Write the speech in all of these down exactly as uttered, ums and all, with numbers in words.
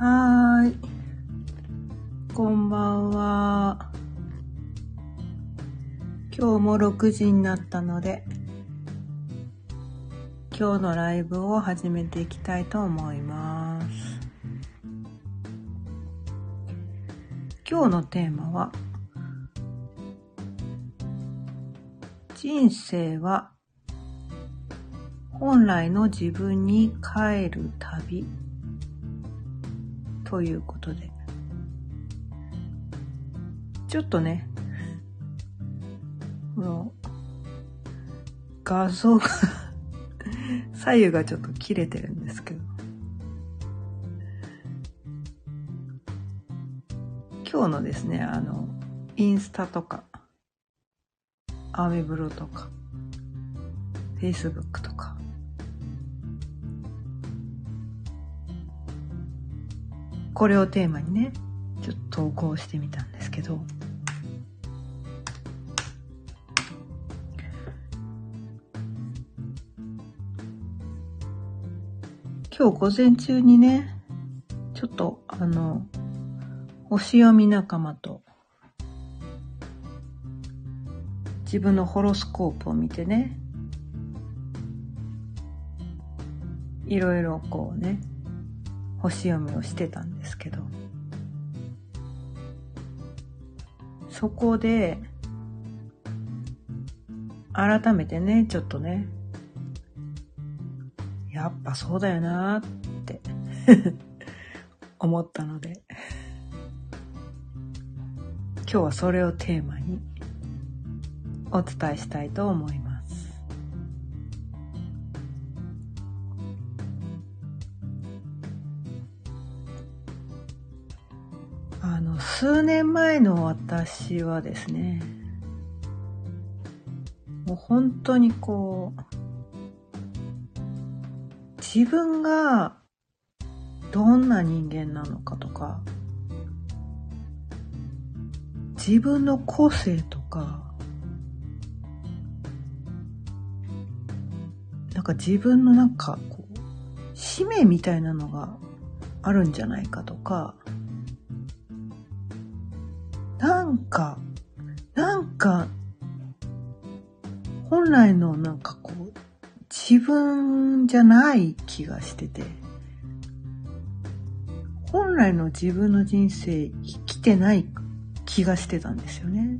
はーい、こんばんは。今日もろくじになったので、今日のライブを始めていきたいと思います。今日のテーマは、人生は本来の自分に帰る旅ということで、ちょっとね、この画像が左右がちょっと切れてるんですけど、今日のですね、あのインスタとかアメブロとかフェイスブックとかこれをテーマにね、ちょっと投稿してみたんですけど、今日午前中にね、ちょっとあの星読み仲間と自分のホロスコープを見てね、いろいろこうね、星読みをしてたんですけど、そこで改めてね、ちょっとね、やっぱそうだよなって思ったので、今日はそれをテーマにお伝えしたいと思います。あの数年前の私はですね、もう本当にこう自分がどんな人間なのかとか、自分の個性とか、なんか自分のなんかこう使命みたいなのがあるんじゃないかとか、なんかなんか本来のなんかこう自分じゃない気がしてて、本来の自分の人生生きてない気がしてたんですよね。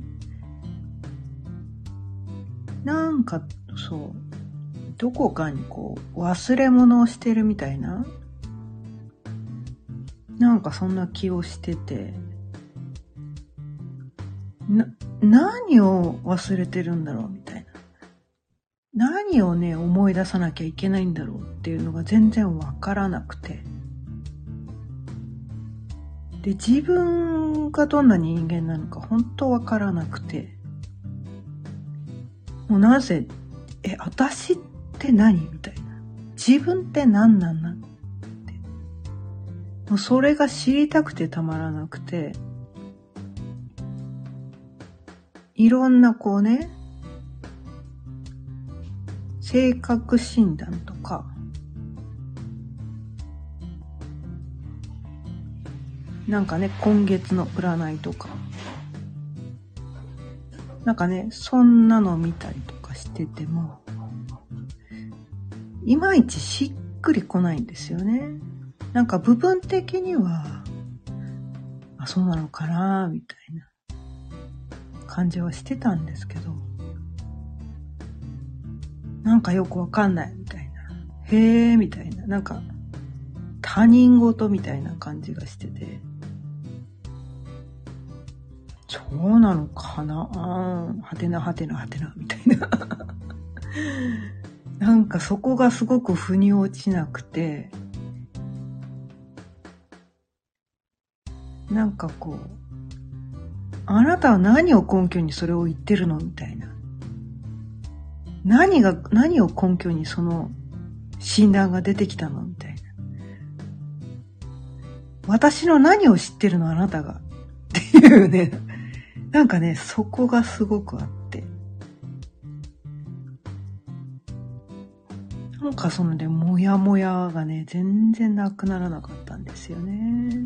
なんかそう、どこかにこう忘れ物をしてるみたいな、なんかそんな気をしてて、な何を忘れてるんだろうみたいな、何をね思い出さなきゃいけないんだろうっていうのが全然わからなくて、で自分がどんな人間なのか本当わからなくて、もうなぜえ私って何みたいな、自分って何なんだって、もうそれが知りたくてたまらなくて、いろんなこうね、性格診断とか、なんかね、今月の占いとか、なんかね、そんなの見たりとかしてても、いまいちしっくりこないんですよね。なんか部分的には、あ、そうなのかなみたいな感じはしてたんですけど、なんかよくわかんないみたいな、へーみたいな、なんか他人事みたいな感じがしてて、そうなのかな、はてなはてなはてなみたいななんかそこがすごく腑に落ちなくて、なんかこう、あなたは何を根拠にそれを言ってるのみたいな、何が何を根拠にその診断が出てきたのみたいな、私の何を知ってるのあなたがっていうね、なんかね、そこがすごくあって、なんかかそのね、もやもやがね、全然なくならなかったんですよね。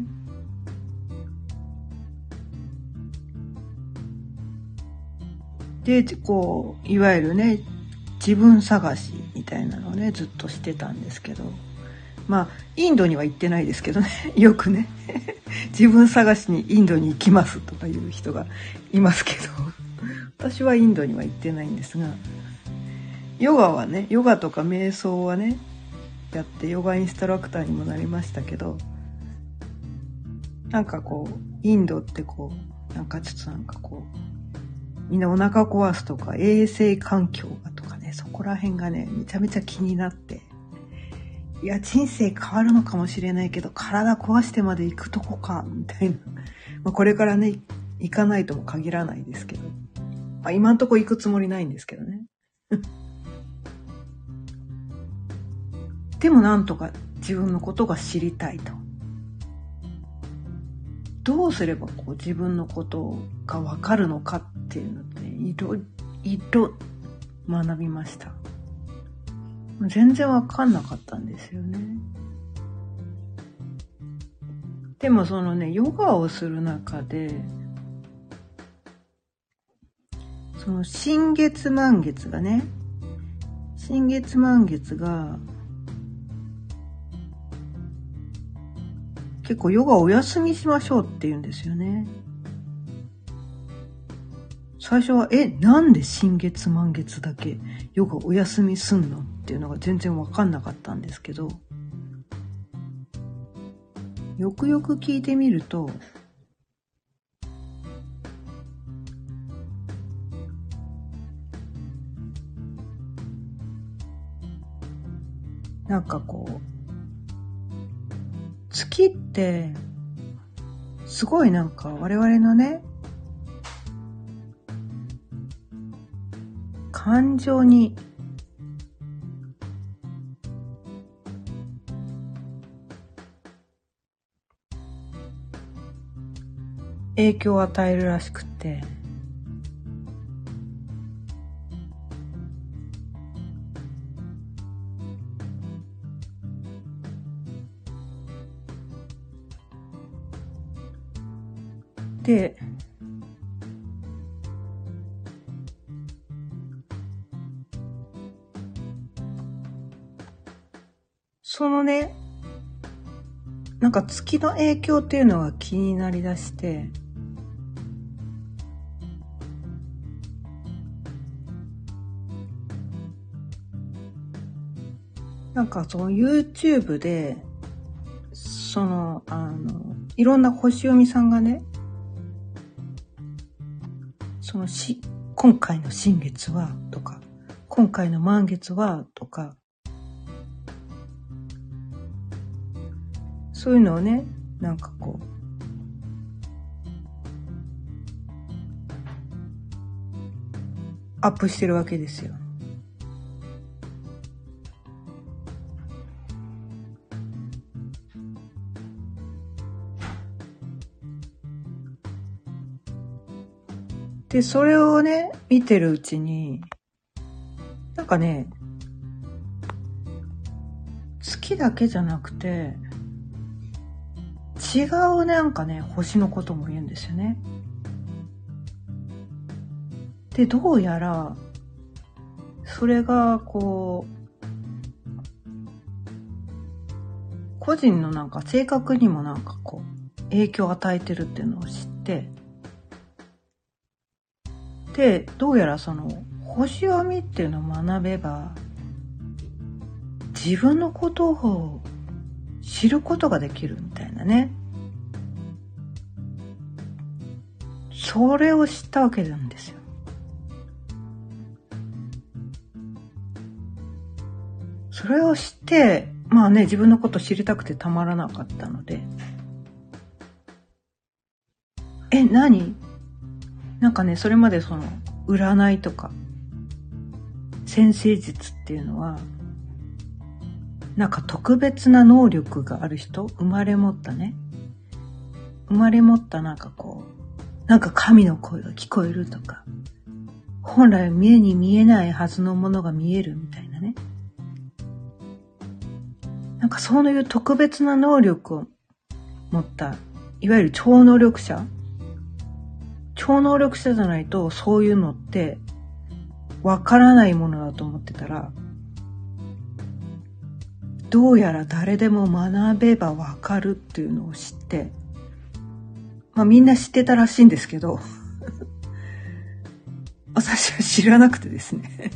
で、こう、いわゆるね、自分探しみたいなのをね、ずっとしてたんですけど、まあ、インドには行ってないですけどね、よくね、自分探しにインドに行きますとかいう人がいますけど、私はインドには行ってないんですが、ヨガはね、ヨガとか瞑想はね、やってヨガインストラクターにもなりましたけど、なんかこう、インドってこう、なんかちょっとなんかこう、みんなお腹壊すとか衛生環境がとかね、そこら辺がね、めちゃめちゃ気になって、いや人生変わるのかもしれないけど体壊してまで行くとこかみたいな、まあ、これからね行かないとも限らないですけど、まあ、今んとこ行くつもりないんですけどねでもなんとか自分のことが知りたいと、どうすればこう自分のことが分かるのかっていうので、ね、いろいろ学びました。全然分かんなかったんですよね。でもそのね、ヨガをする中で、その新月満月がね、新月満月が結構ヨガお休みしましょうって言うんですよね。最初はえなんで新月満月だけヨガお休みすんのっていうのが全然分かんなかったんですけど、よくよく聞いてみると、なんかこう月ってすごいなんか我々のね感情に影響を与えるらしくて、でそのね、なんか月の影響っていうのが気になりだして、なんかその YouTube でそのあのいろんな星読みさんがね、そのし今回の新月はとか今回の満月はとか、そういうのをね、なんかこうアップしてるわけですよ。でそれをね見てるうちに、なんかね、月だけじゃなくて違うなんかね星のことも言うんですよね。でどうやらそれがこう個人のなんか性格にもなんかこう影響を与えてるっていうのを知って、でどうやらその星読みっていうのを学べば自分のことを知ることができるみたいなね、それを知ったわけなんですよ。それを知って、まあね、自分のこと知りたくてたまらなかったので、え、何？なんかね、それまでその占いとか占星術っていうのはなんか特別な能力がある人、生まれ持ったね、生まれ持ったなんかこうなんか神の声が聞こえるとか、本来目に見えないはずのものが見えるみたいなね、 なんかそういう特別な能力を持った、いわゆる超能力者超能力者じゃないとそういうのってわからないものだと思ってたら、どうやら誰でも学べばわかるっていうのを知って、まあみんな知ってたらしいんですけど私は知らなくてですね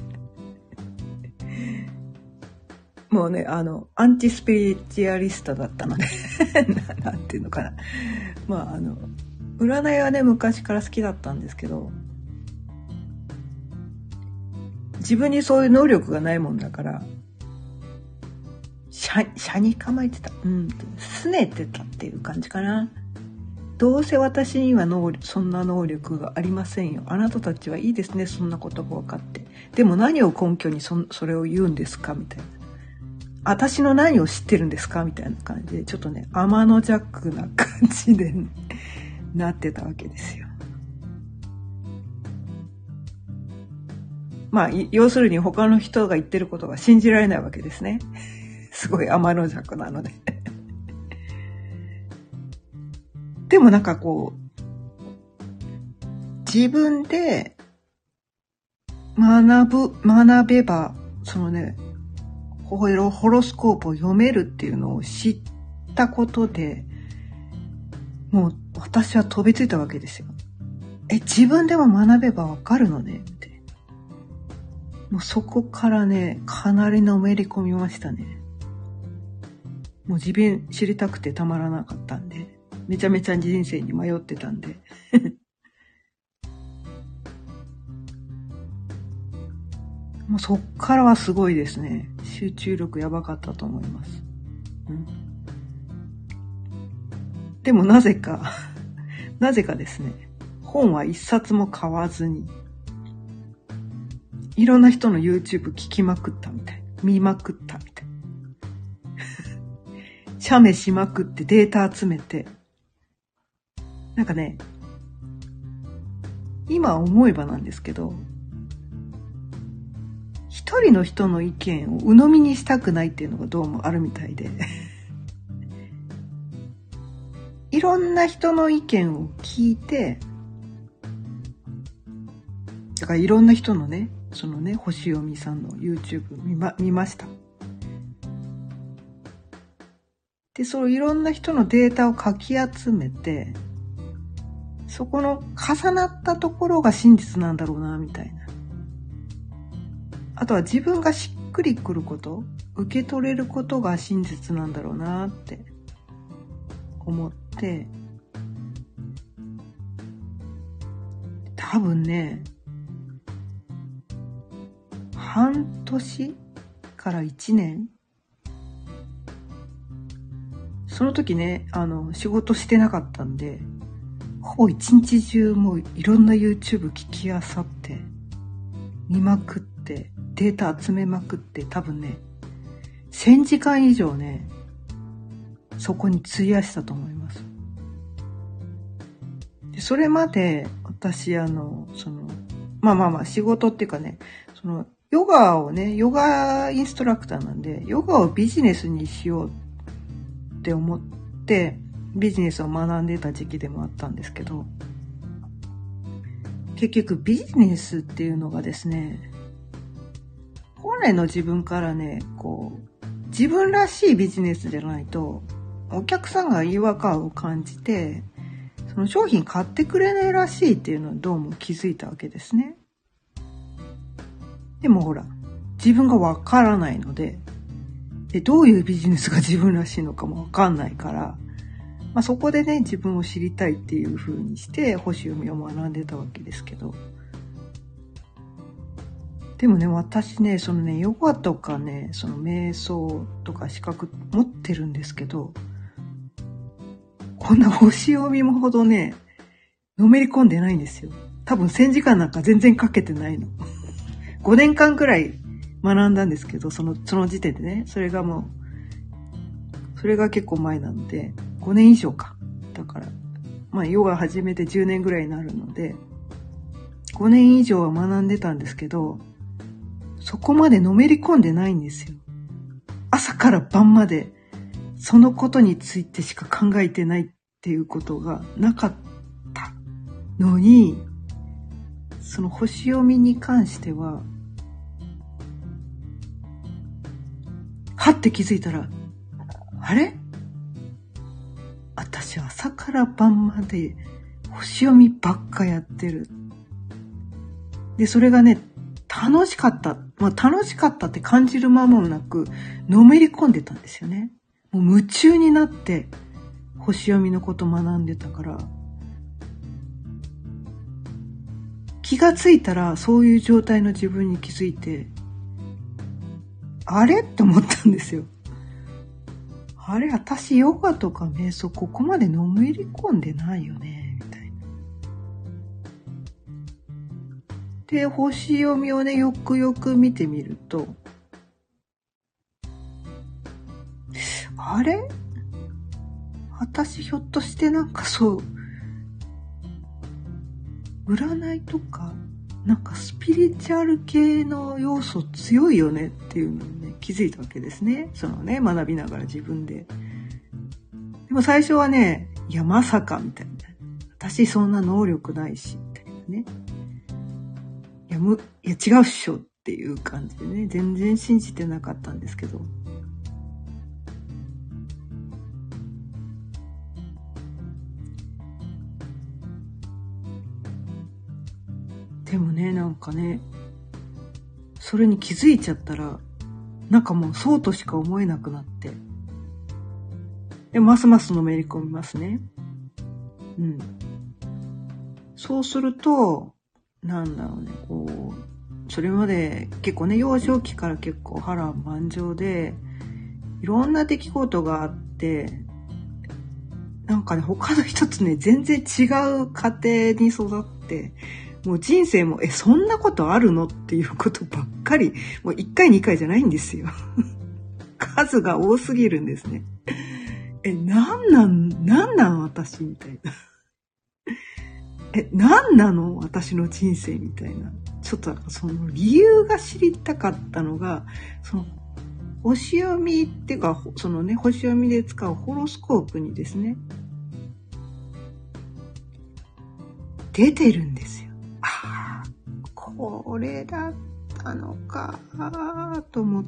もうね、あのアンチスピリチュアリストだったのでな, なんていうのかな、まああの占いはね昔から好きだったんですけど、自分にそういう能力がないもんだから車に構えてた、うん拗ねてたっていう感じかな。どうせ私には能力そんな能力がありませんよ、あなたたちはいいですねそんなことが分かって、でも何を根拠に そ, それを言うんですかみたいな、私の何を知ってるんですかみたいな感じで、ちょっとね天の弱な感じで、ね、なってたわけですよ。まあ要するに他の人が言ってることが信じられないわけですね。すごい天の弱なのででもなんかこう自分で学ぶ学べば、そのねホロスコープを読めるっていうのを知ったことで、もう私は飛びついたわけですよ。え、自分でも学べばわかるのねって。もうそこからねかなりのめり込みましたね。もう自分知りたくてたまらなかったんで、めちゃめちゃ人生に迷ってたんでもうそっからはすごいですね。集中力やばかったと思います。うん、でもなぜかなぜかですね、本は一冊も買わずに、いろんな人の YouTube 聞きまくったみたい、見まくったみたい写メしまくってデータ集めて、なんかね、今思えばなんですけど、一人の人の意見を鵜呑みにしたくないっていうのがどうもあるみたいでいろんな人の意見を聞いて、だからいろんな人のね、そのね星読みさんの YouTube 見ま、見ました。で、そういろんな人のデータをかき集めて、そこの重なったところが真実なんだろうなみたいな。あとは自分がしっくりくること、受け取れることが真実なんだろうなって思って、多分ね、半年からいちねん、その時ね、あの仕事してなかったんで、ほぼ一日中もういろんな YouTube 聞きあさって見まくってデータ集めまくって、多分ねせんじかん以上ねそこに費やしたと思います。でそれまで私あのそのまあまあまあ仕事っていうかね、そのヨガをね、ヨガインストラクターなんで、ヨガをビジネスにしようって思ってビジネスを学んでた時期でもあったんですけど、結局ビジネスっていうのがですね、本来の自分からね、こう自分らしいビジネスじゃないとお客さんが違和感を感じてその商品買ってくれないらしいっていうのはどうも気づいたわけですね。でもほら自分がわからないので、でどういうビジネスが自分らしいのかもわかんないから、まあ、そこでね自分を知りたいっていう風にして星読みを学んでたわけですけど、でもね私ねそのねヨガとかねその瞑想とか資格持ってるんですけど、こんな星読みもほどねのめり込んでないんですよ。多分せんじかんなんか全然かけてないのごねんかんくらい学んだんですけど、そのその時点でね、それがもうそれが結構前なのでごねん以上か、だからまあヨガ始めてじゅうねんぐらいになるのでごねん以上は学んでたんですけど、そこまでのめり込んでないんですよ。朝から晩までそのことについてしか考えてないっていうことがなかったのに、その星読みに関しては、はって気づいたら、あれ？私朝から晩まで星読みばっかやってる。で、それがね、楽しかった。まあ、楽しかったって感じる間もなく、のめり込んでたんですよね。もう夢中になって星読みのこと学んでたから、気がついたらそういう状態の自分に気づいて、あれって思ったんですよ。あれ、私ヨガとか瞑想ここまでのめり込んでないよね、みたいな。で、星読みをね、よくよく見てみると、あれ？私ひょっとしてなんかそう、占いとか、なんかスピリチュアル系の要素強いよねっていうのにね、気づいたわけですね。そのね、学びながら自分で。でも最初はね、いやまさかみたいな。私そんな能力ないし、みたいなね。いや、む、いや違うっしょっていう感じでね、全然信じてなかったんですけど。でもね、なんかね、それに気づいちゃったら、なんかもうそうとしか思えなくなって。で、ますますのめり込みますね。うん。そうすると、なんだろうね、こう、それまで結構ね、幼少期から結構波乱万丈で、いろんな出来事があって、なんかね、他の人とね、全然違う家庭に育って、もう人生も、え、そんなことあるのっていうことばっかり、もういっかいにかいじゃないんですよ。数が多すぎるんですね。え、なんなん、なんなん私みたいな。え、なんなの私の人生みたいな。ちょっとその理由が知りたかったのが、その星読みっていうか、そのね、星読みで使うホロスコープにですね、出てるんですよ。ああ、これだったのかと思って、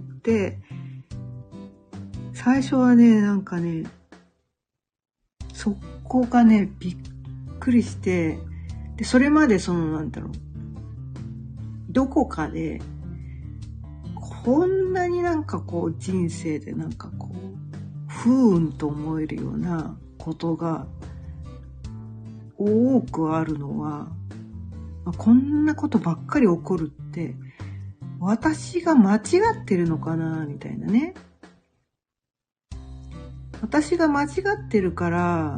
最初はね、なんかね、そこがね、びっくりして、で、それまでその、なんだろう、どこかで、こんなになんかこう人生でなんかこう、不運と思えるようなことが多くあるのは、まあ、こんなことばっかり起こるって、私が間違ってるのかな、みたいなね。私が間違ってるから、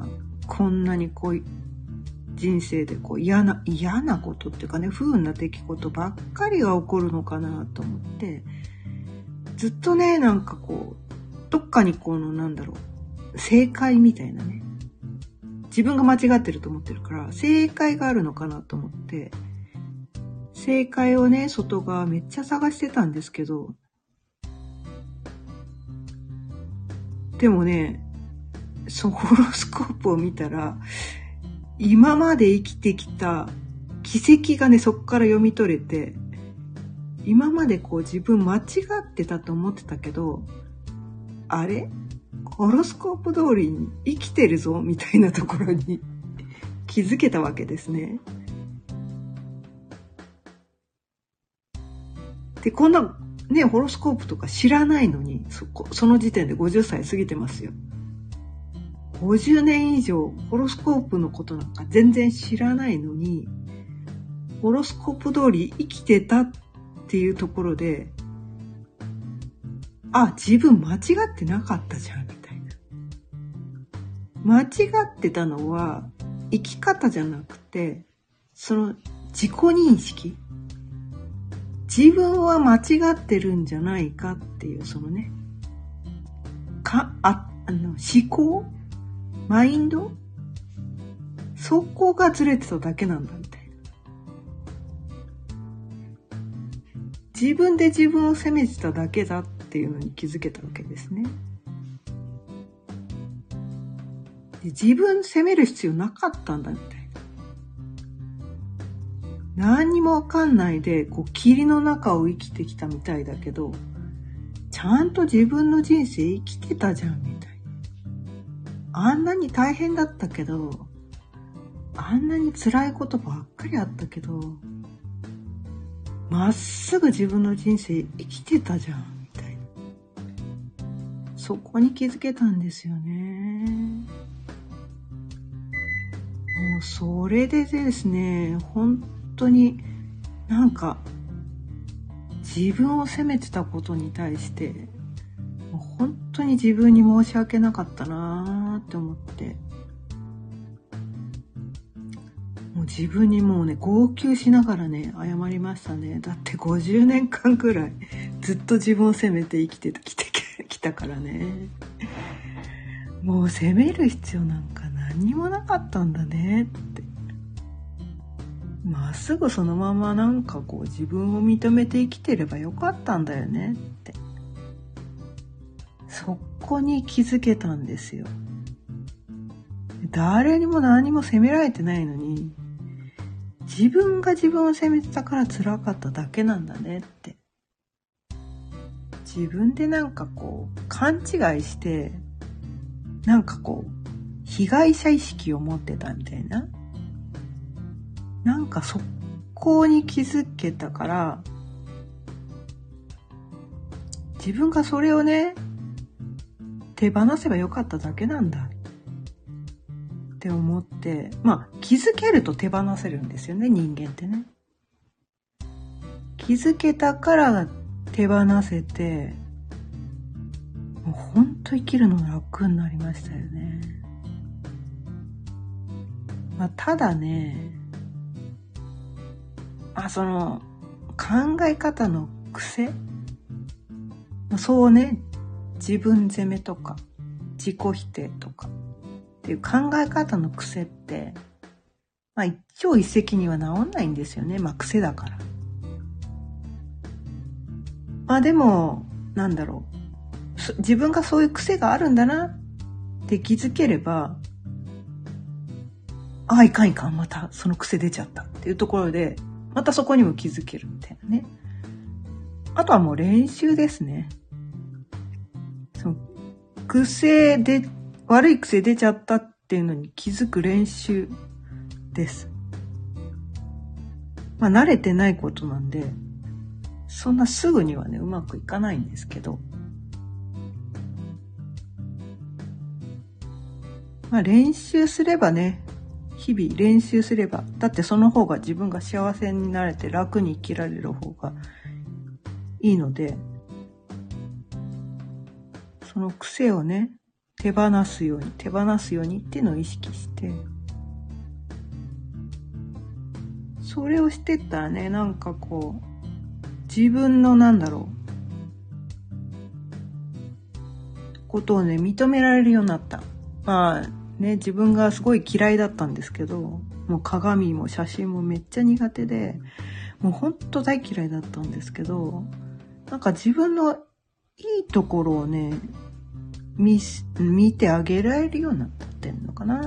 こんなにこう、人生でこう嫌な、嫌なことっていうかね、不運な出来事ばっかりが起こるのかなと思って、ずっとね、なんかこう、どっかにこのなんだろう、正解みたいなね。自分が間違ってると思ってるから、正解があるのかなと思って、正解をね、外側めっちゃ探してたんですけど、でもね、そのホロスコープを見たら、今まで生きてきた軌跡がね、そこから読み取れて、今までこう自分間違ってたと思ってたけど、あれ？ホロスコープ通りに生きてるぞみたいなところに気づけたわけですね。で、こんなね、ホロスコープとか知らないのに、そこ、その時点でごじゅっさい過ぎてますよ。ごじゅうねん以上ホロスコープのことなんか全然知らないのに、ホロスコープ通り生きてたっていうところで、あ、自分間違ってなかったじゃんみたいな。間違ってたのは生き方じゃなくて、その自己認識。自分は間違ってるんじゃないかっていう、そのね、か、あ、あの、思考？マインド？そこがずれてただけなんだみたいな。自分で自分を責めてただけだっていうのに気づけたわけですね。 で自分責める必要なかったんだみたいな。何にもわかんないで、こう霧の中を生きてきたみたいだけど、ちゃんと自分の人生生きてたじゃんみたいな。あんなに大変だったけど、あんなに辛いことばっかりあったけど、まっすぐ自分の人生生きてたじゃんみたいな。そこに気づけたんですよね。もうそれでですね、本当になんか自分を責めてたことに対してもう本当に自分に申し訳なかったなーって思って、もう自分にもうね号泣しながらね謝りましたね。だってごじゅうねんかんくらいずっと自分を責めて生きてきてきたからね。もう責める必要なんか何にもなかったんだねって、まっすぐそのままなんかこう自分を認めて生きてればよかったんだよねって、そこに気づけたんですよ。誰にも何も責められてないのに、自分が自分を責めてたから辛かっただけなんだねって、自分でなんかこう勘違いしてなんかこう被害者意識を持ってたみたいな、なんかそこに気づけたから、自分がそれをね手放せばよかっただけなんだって思って、まあ気づけると手放せるんですよね、人間ってね。気づけたから手放せて、もうほんと生きるの楽になりましたよね。まあただね、あその考え方の癖、そうね、自分責めとか自己否定とかっていう考え方の癖って、まあ一朝一夕には治んないんですよね。まあ癖だから。まあでもなんだろう、自分がそういう癖があるんだなって気づければ、ああいかんいかん、またその癖出ちゃったっていうところでまたそこにも気づけるみたいなね。あとはもう練習ですね。その癖で悪い癖出ちゃったっていうのに気づく練習です。まあ慣れてないことなんでそんなすぐにはねうまくいかないんですけど、まあ練習すればね、日々練習すれば、だってその方が自分が幸せになれて楽に生きられる方がいいので、その癖をね手放すように手放すようにっていうのを意識して、それをしてったらね、なんかこう自分のなんだろうことをね認められるようになった。まあね、自分がすごい嫌いだったんですけど、もう鏡も写真もめっちゃ苦手で、もうほんと大嫌いだったんですけど、なんか自分のいいところをね 見, 見てあげられるようになってんのかな、うん、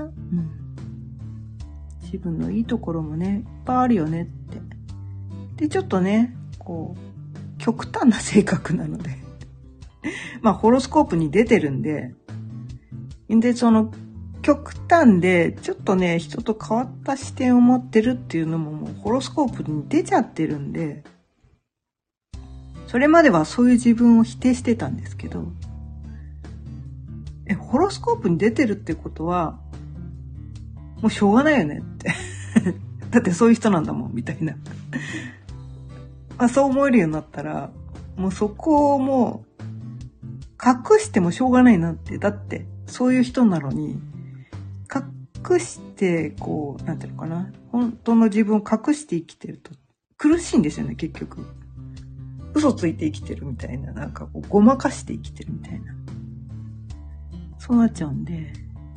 自分のいいところもねいっぱいあるよねって。でちょっとねこう極端な性格なのでまあホロスコープに出てるんで、でその極端でちょっとね人と変わった視点を持ってるっていうのももうホロスコープに出ちゃってるんで、それまではそういう自分を否定してたんですけど、えホロスコープに出てるってことはもうしょうがないよねってだってそういう人なんだもんみたいなまあそう思えるようになったら、もうそこをもう隠してもしょうがないなって、だってそういう人なのに隠してこうなんていうのかな、本当の自分を隠して生きてると苦しいんですよね。結局嘘ついて生きてるみたいな、なんかこうごまかして生きてるみたいな、そうなっちゃうんで、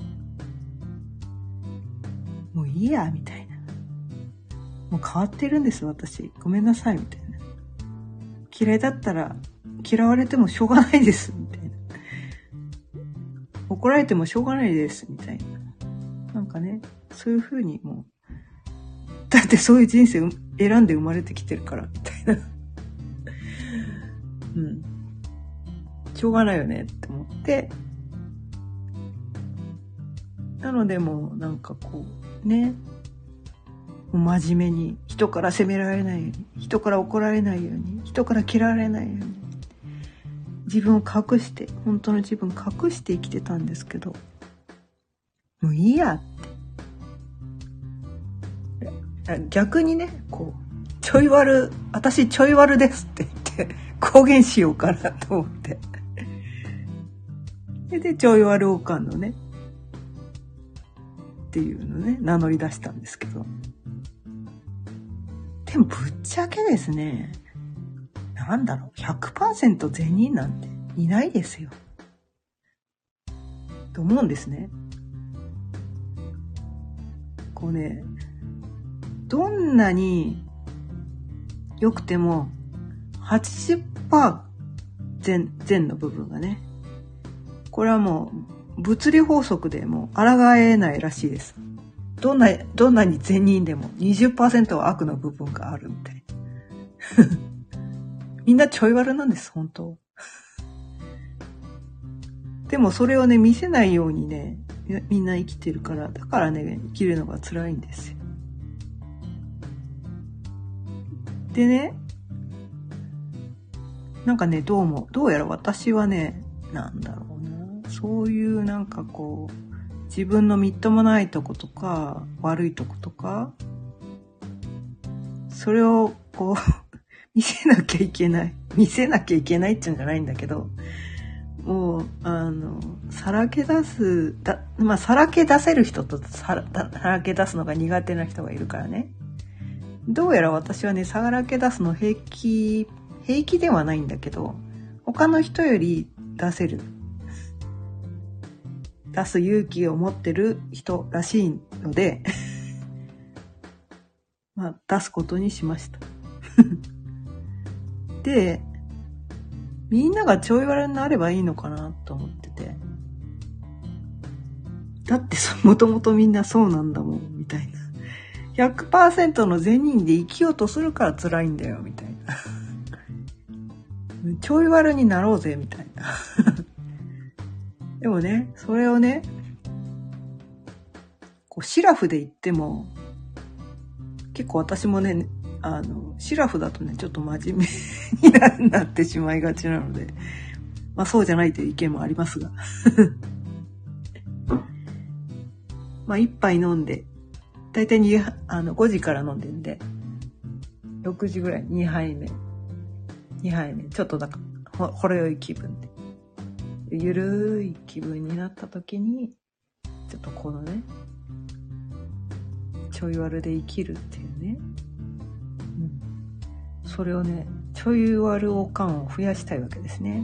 もういいやみたいな、もう変わってるんです私、ごめんなさいみたいな、嫌いだったら嫌われてもしょうがないですみたいな、怒られてもしょうがないですみたいな、 かね、そういう風にもう、だってそういう人生選んで生まれてきてるから、みたいな。うん。しょうがないよねって思って、なのでもうなんかこう、ね、真面目に人から責められないように、人から怒られないように、人から嫌われないように、自分を隠して、本当の自分を隠して生きてたんですけど、もういいやって。逆にね、こう、ちょい悪、私ちょい悪ですって言って公言しようかなと思って。で、ちょい悪おかんのね、っていうのね、名乗り出したんですけど。でもぶっちゃけですね、なんだろう、ひゃくパーセント 善人なんていないですよ。と思うんですね。こうね、どんなに良くても はちじゅっパーセント 善、善の部分がね、これはもう物理法則でもう抗えないらしいです。どんな、どんなに善人でも にじゅっパーセント は悪の部分があるみたいな。みんなちょい悪なんです、本当。でもそれをね、見せないようにね、みんな生きてるから、だからね、生きるのが辛いんですよ。でね、なんかね、どうも、どうやら私はね、なんだろうな、そういうなんかこう、自分のみっともないとことか、悪いとことか、それをこう、見せなきゃいけない。見せなきゃいけないっていうんじゃないんだけど、もう、あの、さらけ出す、だまあ、さらけ出せる人とさら、さらけ出すのが苦手な人がいるからね。どうやら私はね、さらけ出すの平気、平気ではないんだけど、他の人より出せる。出す勇気を持ってる人らしいので、まあ、出すことにしました。で、みんながちょい悪になればいいのかなと思ってて。だってもともとみんなそうなんだもん、みたいな。ひゃくパーセント の善人で生きようとするから辛いんだよ、みたいな。ちょい悪になろうぜ、みたいな。でもね、それをね、こうシラフで言っても、結構私もね、あの、シラフだとね、ちょっと真面目になってしまいがちなので、まあそうじゃないという意見もありますが。まあ一杯飲んで、だいたいにあのごじから飲んでんで、ろくじぐらいにはいめ。にはいめ。ちょっとなんか、ほ、ほろ酔い気分で。ゆるい気分になった時に、ちょっとこのね、ちょい悪で生きるっていうね。うん。それをね、ちょい悪おかんを増やしたいわけですね。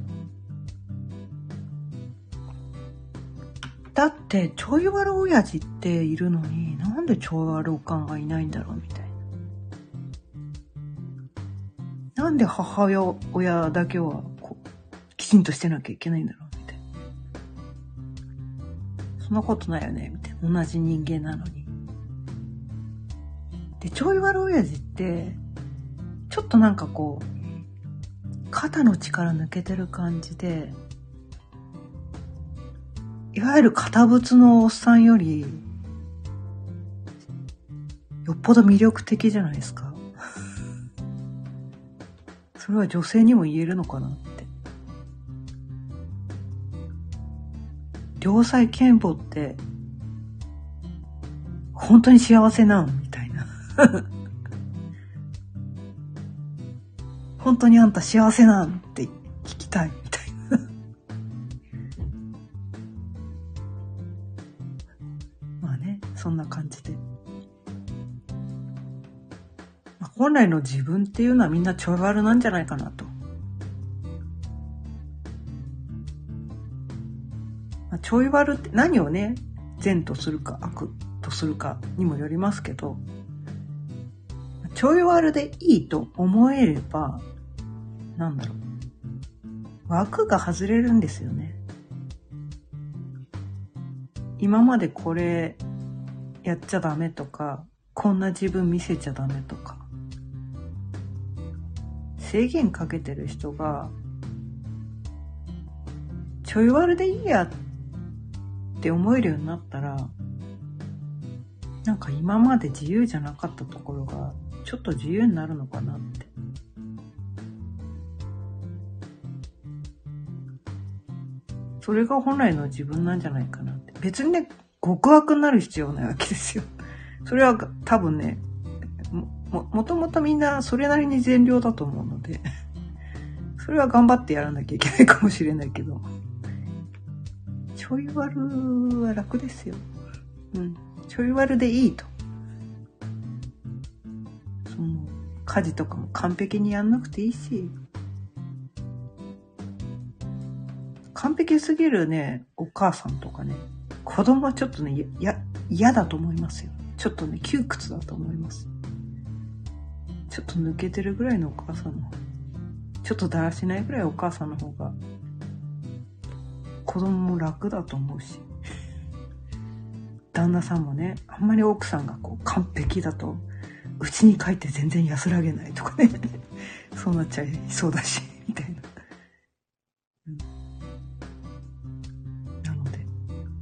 だって、ちょい悪親父っているのに、なんでちょい悪おかんがいないんだろうみたいな。なんで母親だけはこうきちんとしてなきゃいけないんだろうみたいな。そんなことないよねみたいな。同じ人間なのに。で、ちょい悪親父って、ちょっとなんかこう、肩の力抜けてる感じで、いわゆる堅物のおっさんより、よっぽど魅力的じゃないですか。それは女性にも言えるのかなって。良妻賢母って、本当に幸せなんみたいな。本当にあんた幸せなんって聞きたいみたいな。まあね、そんな感じで。まあ、本来の自分っていうのはみんなちょい悪なんじゃないかなと。まあ、ちょい悪って何をね、善とするか悪とするかにもよりますけど、ちょい悪でいいと思えれば、なんだろう。枠が外れるんですよね。今までこれやっちゃダメとか、こんな自分見せちゃダメとか、制限かけてる人がちょい悪でいいやって思えるようになったら、なんか今まで自由じゃなかったところがちょっと自由になるのかなって。それが本来の自分なんじゃないかなって。別にね、極悪になる必要ないわけですよ。それは多分ね、も、もともとみんなそれなりに善良だと思うので、それは頑張ってやらなきゃいけないかもしれないけど、ちょい悪は楽ですよ。うん。ちょい悪でいいと。その、家事とかも完璧にやんなくていいし、完璧すぎるね、お母さんとかね、子供はちょっとね、や、嫌だと思いますよ。ちょっとね、窮屈だと思います。ちょっと抜けてるぐらいのお母さんの方、ちょっとだらしないぐらいお母さんの方が、子供も楽だと思うし、旦那さんもね、あんまり奥さんがこう完璧だと、うちに帰って全然安らげないとかね、そうなっちゃいそうだし、みたいな。うん、なので、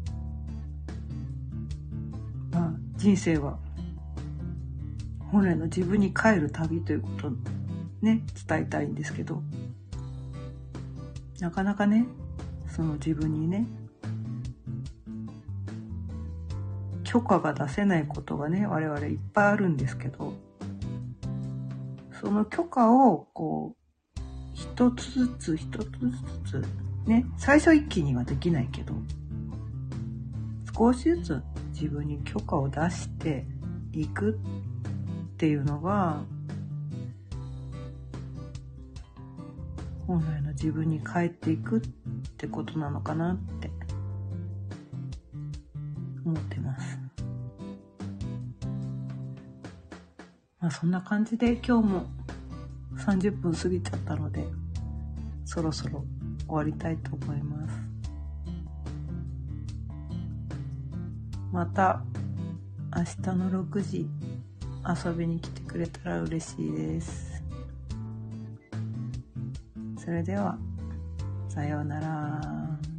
まあ、人生は、本来の自分に帰る旅ということをね、伝えたいんですけど、なかなかね、その自分にね、許可が出せないことがね、我々いっぱいあるんですけど、その許可をこう一つずつ一つずつね、最初一気にはできないけど、少しずつ自分に許可を出していくっていうのが本来の自分に帰っていくってことなのかなって思ってます。まあそんな感じで今日もさんじゅっぷん過ぎちゃったので、そろそろ終わりたいと思います。また明日のろくじ遊びに来てくれたら嬉しいです。それではさようなら。